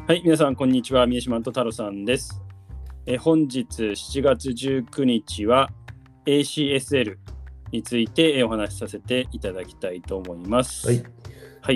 はい、皆さんこんにちは。宮島太郎さんです。本日7月19日は ACSL についてお話しさせていただきたいと思います。 はい。 はい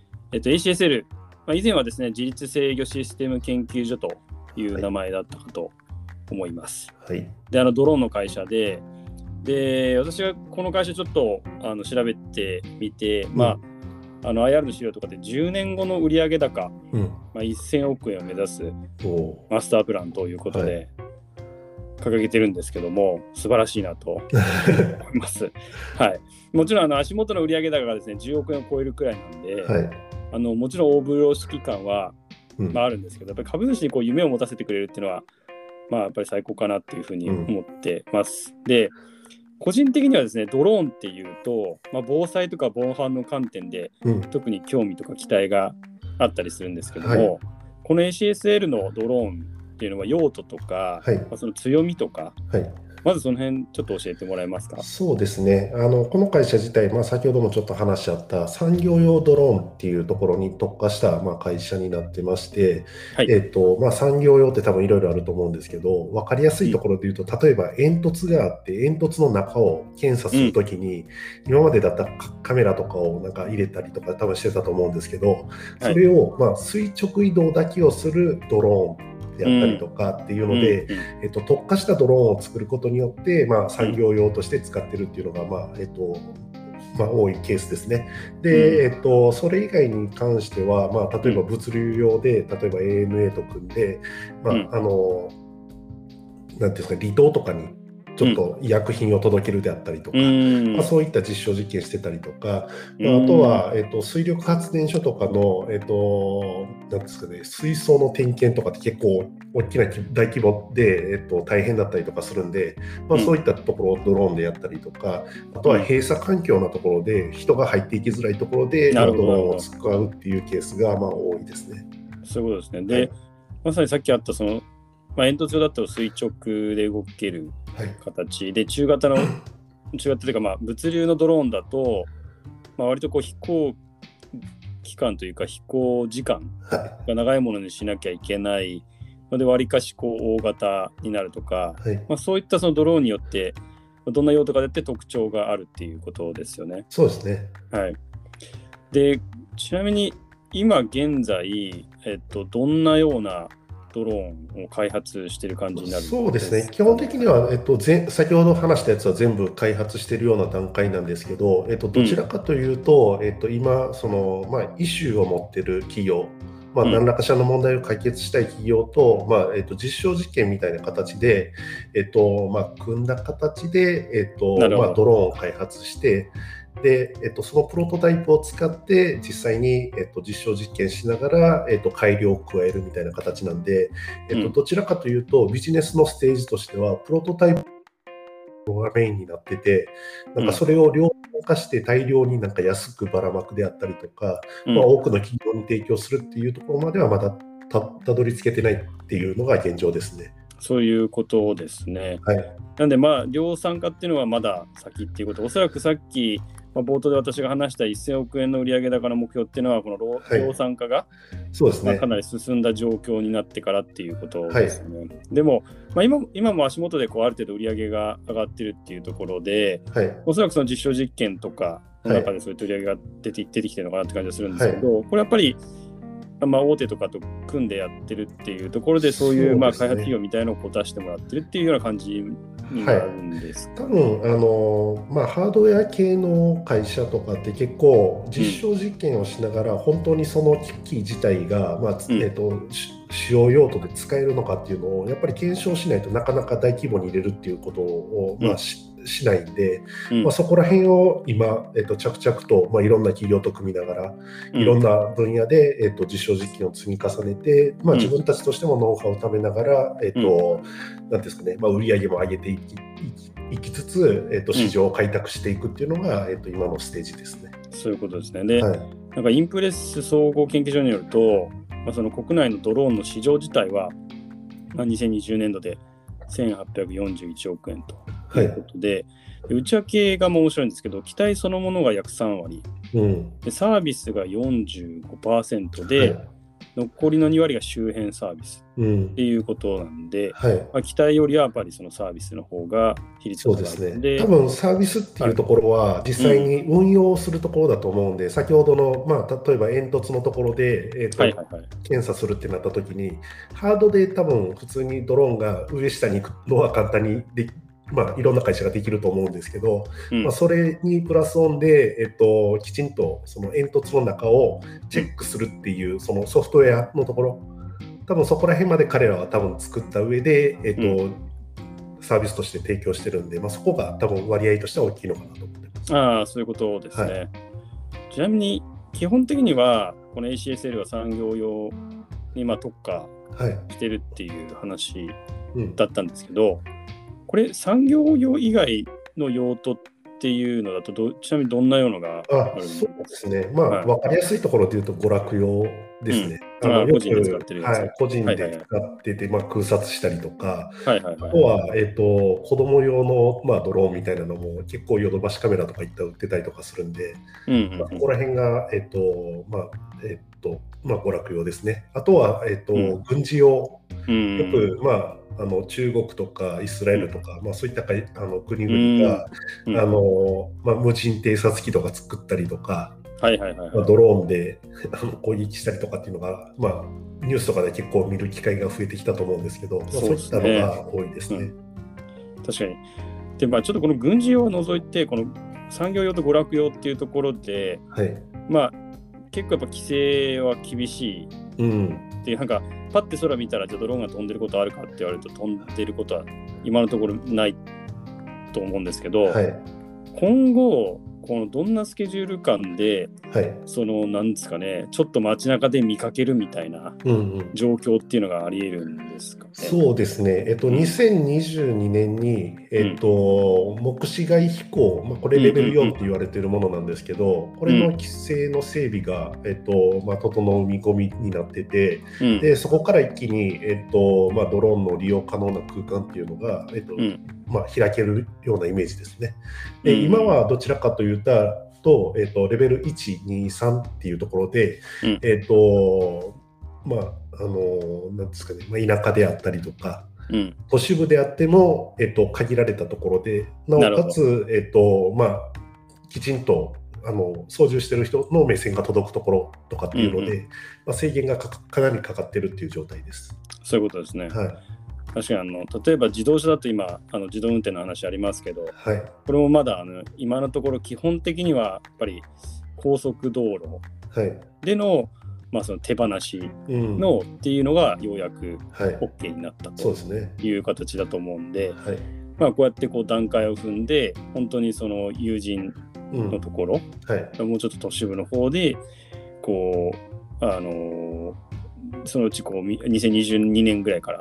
。ACSL、以前はですね、自律制御システム研究所という名前だったかと思います。 はい。 で、ドローンの会社で、私がこの会社ちょっと調べてみて、IR の資料とかで10年後の売上高、1000億円を目指すマスタープランということで掲げてるんですけども、素晴らしいなと思います。はい。もちろん足元の売上高がですね10億円を超えるくらいなんで、もちろん大風呂敷感は、あるんですけど、やっぱり株主にこう夢を持たせてくれるっていうのは、やっぱり最高かなっていうふうに思ってます。で、個人的にはですね、ドローンっていうと、防災とか防犯の観点で、特に興味とか期待があったりするんですけども、この ACSL のドローンっていうのは用途とか、その強みとか、まずその辺ちょっと教えてもらえますか？ そうですね。この会社自体、先ほどもちょっと話し合った産業用ドローンっていうところに特化した、会社になってまして、産業用って多分いろいろあると思うんですけど、分かりやすいところで言うと、例えば煙突があって、煙突の中を検査するときに、今までだったらカメラとかをなんか入れたりとか多分してたと思うんですけど、それを垂直移動だけをするドローンであったりとかっていうので、特化したドローンを作ることによって、産業用として使ってるっていうのが、多いケースですね。で、それ以外に関しては、例えば物流用で、例えば ANA と組んで、なんていうんですか、離島とかにちょっと医薬品を届けるであったりとか、そういった実証実験してたりとか、あとは、水力発電所とかの、なんですかね、水槽の点検とかって結構大きな大規模で、大変だったりとかするんで、そういったところをドローンでやったりとか、あとは閉鎖環境のところで人が入っていきづらいところで、ドローンを使うっていうケースが多いですね。 そういうことですね。で、まさにさっきあったその煙突用だったら垂直で動ける形で、中型というか、物流のドローンだと、割とこう飛行期間というか飛行時間が長いものにしなきゃいけないので、わりかしこう大型になるとか、そういったそのドローンによってどんな用途かでって特徴があるっていうことですよね。 そうですね。 はい。で、ちなみに今現在、どんなようなドローンを開発している感じになるんですか？ そうですね。基本的には、先ほど話したやつは全部開発しているような段階なんですけど、どちらかというと、今、イシューを持っている企業、何らかしらの問題を解決したい企業と、実証実験みたいな形で、組んだ形で、ドローンを開発して、で、そのプロトタイプを使って実際に、実証実験しながら、改良を加えるみたいな形なんで、どちらかというとビジネスのステージとしてはプロトタイプがメインになってて、なんかそれを量産化して大量になんか安くばらまくであったりとか、多くの企業に提供するっていうところまではまだたどり着けてないっていうのが現状ですね。 そういうことですね。なんで量産化っていうのはまだ先っていうこと、おそらくさっき冒頭で私が話した1000億円の売上高の目標っていうのは、この量産化が、 そうですね、 かなり進んだ状況になってからっていうことですね。でも、今も足元でこうある程度売上が上がってるっていうところで、おそらくその実証実験とかの中でそういった売上が出てきてるのかなって感じがするんですけど、これやっぱり大手とかと組んでやってるっていうところで、そういう開発費用みたいなのを出してもらってるっていうような感じになるんですか？ 多分ハードウェア系の会社とかって結構実証実験をしながら本当にその機器自体が、使用用途で使えるのかっていうのをやっぱり検証しないとなかなか大規模に入れるっていうことを、しないんで、そこら辺を今、着々と、いろんな企業と組みながら、いろんな分野で、実証実験を積み重ねて、自分たちとしてもノウハウを貯めながら、なんですかね、売り上げも上げていきつつ、市場を開拓していくっていうのが、今のステージですね。 そういうことですね。で、なんかインプレス総合研究所によると、その国内のドローンの市場自体は、2020年度で1841億円ということで、内訳が面白いんですけど、機体そのものが約3割、でサービスが 45% で、 残りの2割が周辺サービスっていうことなんで、期待よりはやっぱりそのサービスの方が比率が高い。 そうですね。多分サービスっていうところは実際に運用するところだと思うんで、先ほどの、例えば煙突のところで、検査するってなった時に、ハードで多分普通にドローンが上下に行くのは簡単にできいろんな会社ができると思うんですけど、それにプラスオンで、きちんとその煙突の中をチェックするっていうそのソフトウェアのところ、多分そこら辺まで彼らは多分作った上で、サービスとして提供してるんで、そこが多分割合としては大きいのかなと思ってます。 そういうことですね。ちなみに基本的にはこの ACSL は産業用に特化してるっていう話だったんですけど、これ産業用以外の用途っていうのだとちなみにどんなようなのがあるんですか？ そうですね。分かりやすいところで言うと娯楽用ですね。 個人で使ってるやつ。 個人で使ってて、空撮したりとか、あとは、子供用の、ドローンみたいなのも結構ヨドバシカメラとかいった売ってたりとかするんで、そこら辺が、娯楽用ですね。あとは、軍事用。よく、中国とかイスラエルとか、そういった国々が、無人偵察機とか作ったりとか、ドローンで攻撃したりとかっていうのが、ニュースとかで結構見る機会が増えてきたと思うんですけど、そういったのが多いですね。 確かに。で、ちょっとこの軍事用を除いて、この産業用と娯楽用っていうところで、結構やっぱ規制は厳しいっていう、パッて空見たらじゃあドローンが飛んでることあるかって言われると飛んでることは今のところないと思うんですけど、今後このどんなスケジュール感で、そのなんですかね、ちょっと街中で見かけるみたいな状況っていうのがあり得るんですかね。 そうですね。2022年に目視外飛行、これレベル4って言われているものなんですけど、これの規制の整備が整う見込みになってて、でそこから一気にドローンの利用可能な空間っていうのが開けるようなイメージですね。で今はどちらかというと、レベル1、2、3っていうところで、なんですかね、田舎であったりとか、都市部であっても、限られたところで、なおかつ、きちんと操縦している人の目線が届くところとかっていうので、制限がかなりかかっているっていう状態です。 そういうことですね。確かに例えば自動車だと今自動運転の話ありますけど、これもまだ今のところ基本的にはやっぱり高速道路での、その手放しのっていうのがようやく OK になったという形だと思うんで、こうやって段階を踏んで本当にその友人のところ、もうちょっと都市部の方でそのうち2022年ぐらいから、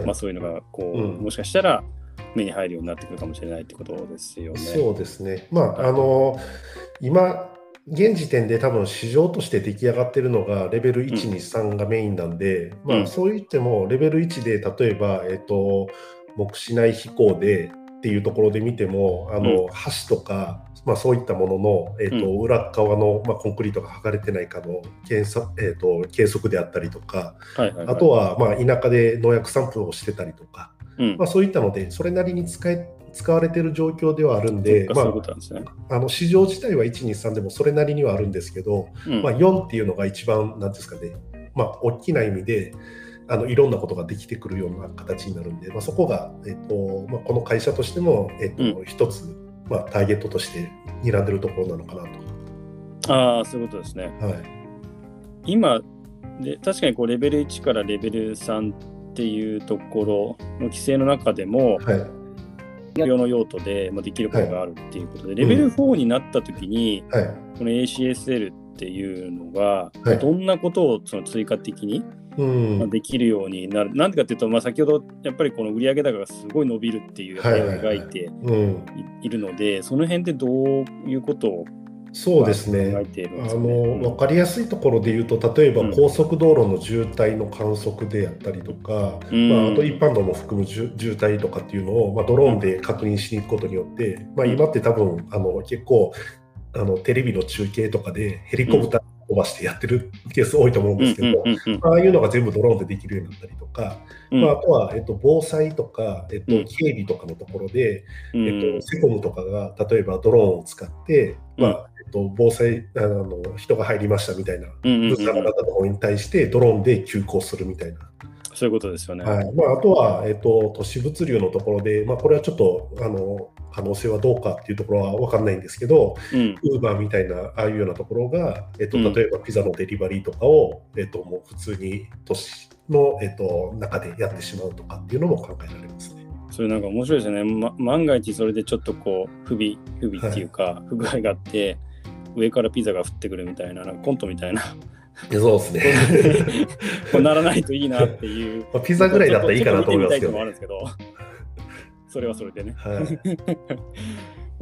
そういうのがもしかしたら目に入るようになってくるかもしれないってことですよね。 そうですね。今現時点で多分市場として出来上がっているのがレベル1、2、3がメインなんで、そう言ってもレベル1で例えば、目視内飛行でっていうところで見ても橋とか、そういったものの、裏側の、コンクリートが剥がれてないかの計測であったりとか、あとは、田舎で農薬散布をしてたりとか、そういったのでそれなりに使われている状況ではあるんで、市場自体は1、2、3でもそれなりにはあるんですけど、4っていうのが一番なんですかね、大きな意味でいろんなことができてくるような形になるんで、そこが、この会社としても、一つ、ターゲットとして睨んでるところなのかなと。 そういうことですね。今で確かにレベル1からレベル3っていうところの規制の中でも、用の用途でできることがあるっていうことで、レベル4になった時に、この ACSL っていうのが、どんなことをその追加的にできるようになる。なんでかっていうと、先ほどやっぱりこの売上高がすごい伸びるっていう絵を描いているので、その辺でどういうことをそうですね。分かりやすいところで言うと、例えば高速道路の渋滞の観測であったりとか、あと一般道も含む渋滞とかっていうのを、ドローンで確認しに行くことによって、今って多分結構テレビの中継とかでヘリコプターをばしてやってるケース多いと思うんですけど、ああいうのが全部ドローンでできるようになったりとか、あとは、防災とか、警備とかのところで、セコムとかが例えばドローンを使って、防災人が入りましたみたいな物産がなったところに対してドローンで急行するみたいな。 そういうことですよね。 はい。あとは、都市物流のところで、これはちょっと可能性はどうかっていうところは分かんないんですけど、ウーバーみたいなああいうようなところが、例えばピザのデリバリーとかを、もう普通に都市の、中でやってしまうとかっていうのも考えられますね。 それなんか面白いですよね。万が一それでちょっとこう不備っていうか、不具合があって上からピザが降ってくるみたいな、コントみたいな。 そうですね。 こうならないといいなっていう。 ピザぐらいだったらいいかなと思いますけど、 もあるんですけど、それはそれでね。 はい、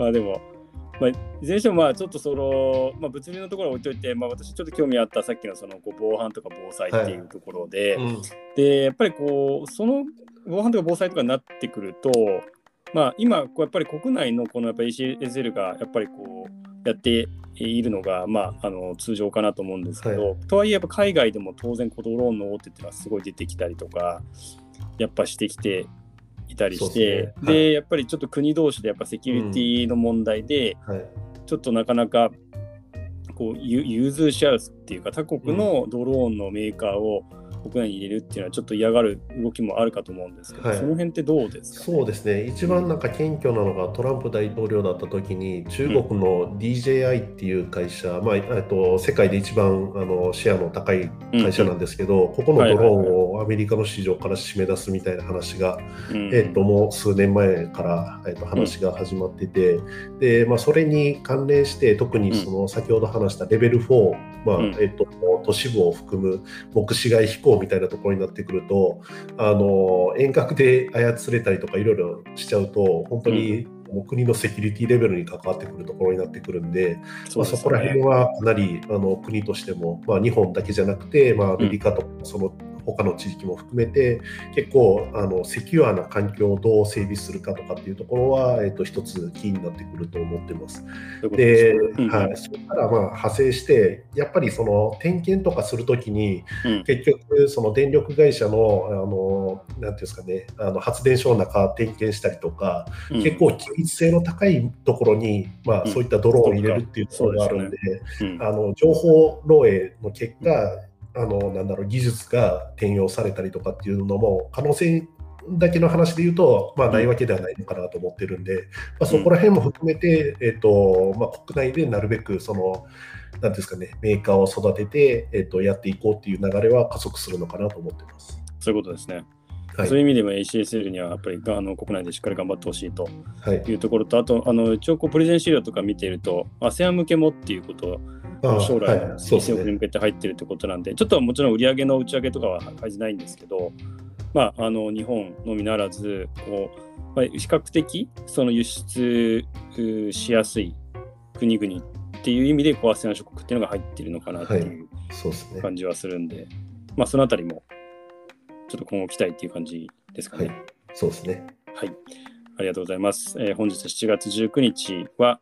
でも、いずれにしてもちょっと物流のところは置いといて、私ちょっと興味あったさっきの防犯とか防災っていうところで、でやっぱりその防犯とか防災とかになってくると、今やっぱり国内のこのやっぱり ACSL がやっぱりやっているのが、通常かなと思うんですけど、とはいえやっぱ海外でも当然ドローンの大手っていうのはすごい出てきたりとかやっぱしてきていたりして、でやっぱりちょっと国同士でやっぱセキュリティの問題で、ちょっとなかなか融通し合うっていうか、他国のドローンのメーカーを国内に入れるっていうのはちょっと嫌がる動きもあるかと思うんですけど、その辺ってどうですかね。 そうですね。一番顕著なのがトランプ大統領だった時に中国の DJI っていう会社、世界で一番シェアの高い会社なんですけど、ここのドローンをアメリカの市場から締め出すみたいな話が、もう数年前から、話が始まってて、で、それに関連して特に先ほど話したレベル4、都市部を含む目視外飛行みたいなところになってくると、遠隔で操れたりとかいろいろしちゃうと本当に国のセキュリティレベルに関わってくるところになってくるんで、そこら辺はかなり国としても、日本だけじゃなくて、アメリカとかその他の地域も含めて結構セキュアな環境をどう整備するかとかっていうところは、一つキーになってくると思ってます。で、そこから派生してやっぱり点検とかするときに、結局その電力会社のなんていうんですかね、発電所の中点検したりとか、結構機密性の高いところに、そういったドローンを入れるっていうところがあるんで、情報漏洩の結果技術が転用されたりとかっていうのも可能性だけの話で言うと、ないわけではないのかなと思ってるんで、そこら辺も含めて、国内でなるべくなんていうんですかね、メーカーを育てて、やっていこうっていう流れは加速するのかなと思ってます。 そういうことですね。そういう意味でも ACSL にはやっぱり国内でしっかり頑張ってほしいというところと、あと一応プレゼン資料とか見ていると ASEAN 向けもっていうことを将来の2000億に向けて入ってるってことなんで、ちょっともちろん売上の内訳とかは入ってないんですけど、日本のみならず比較的その輸出しやすい国々っていう意味でASEAN 諸国っていうのが入ってるのかなっていう感じはするんで、そのあたりもちょっと今後期待っていう感じですかね。 そうですね。 はい、ありがとうございます。本日7月19日は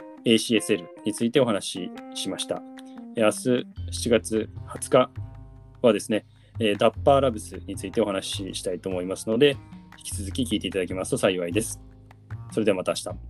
ACSL についてお話ししました。明日7月20日はですね、ダッパーラブスについてお話ししたいと思いますので、引き続き聞いていただけますと幸いです。それではまた明日。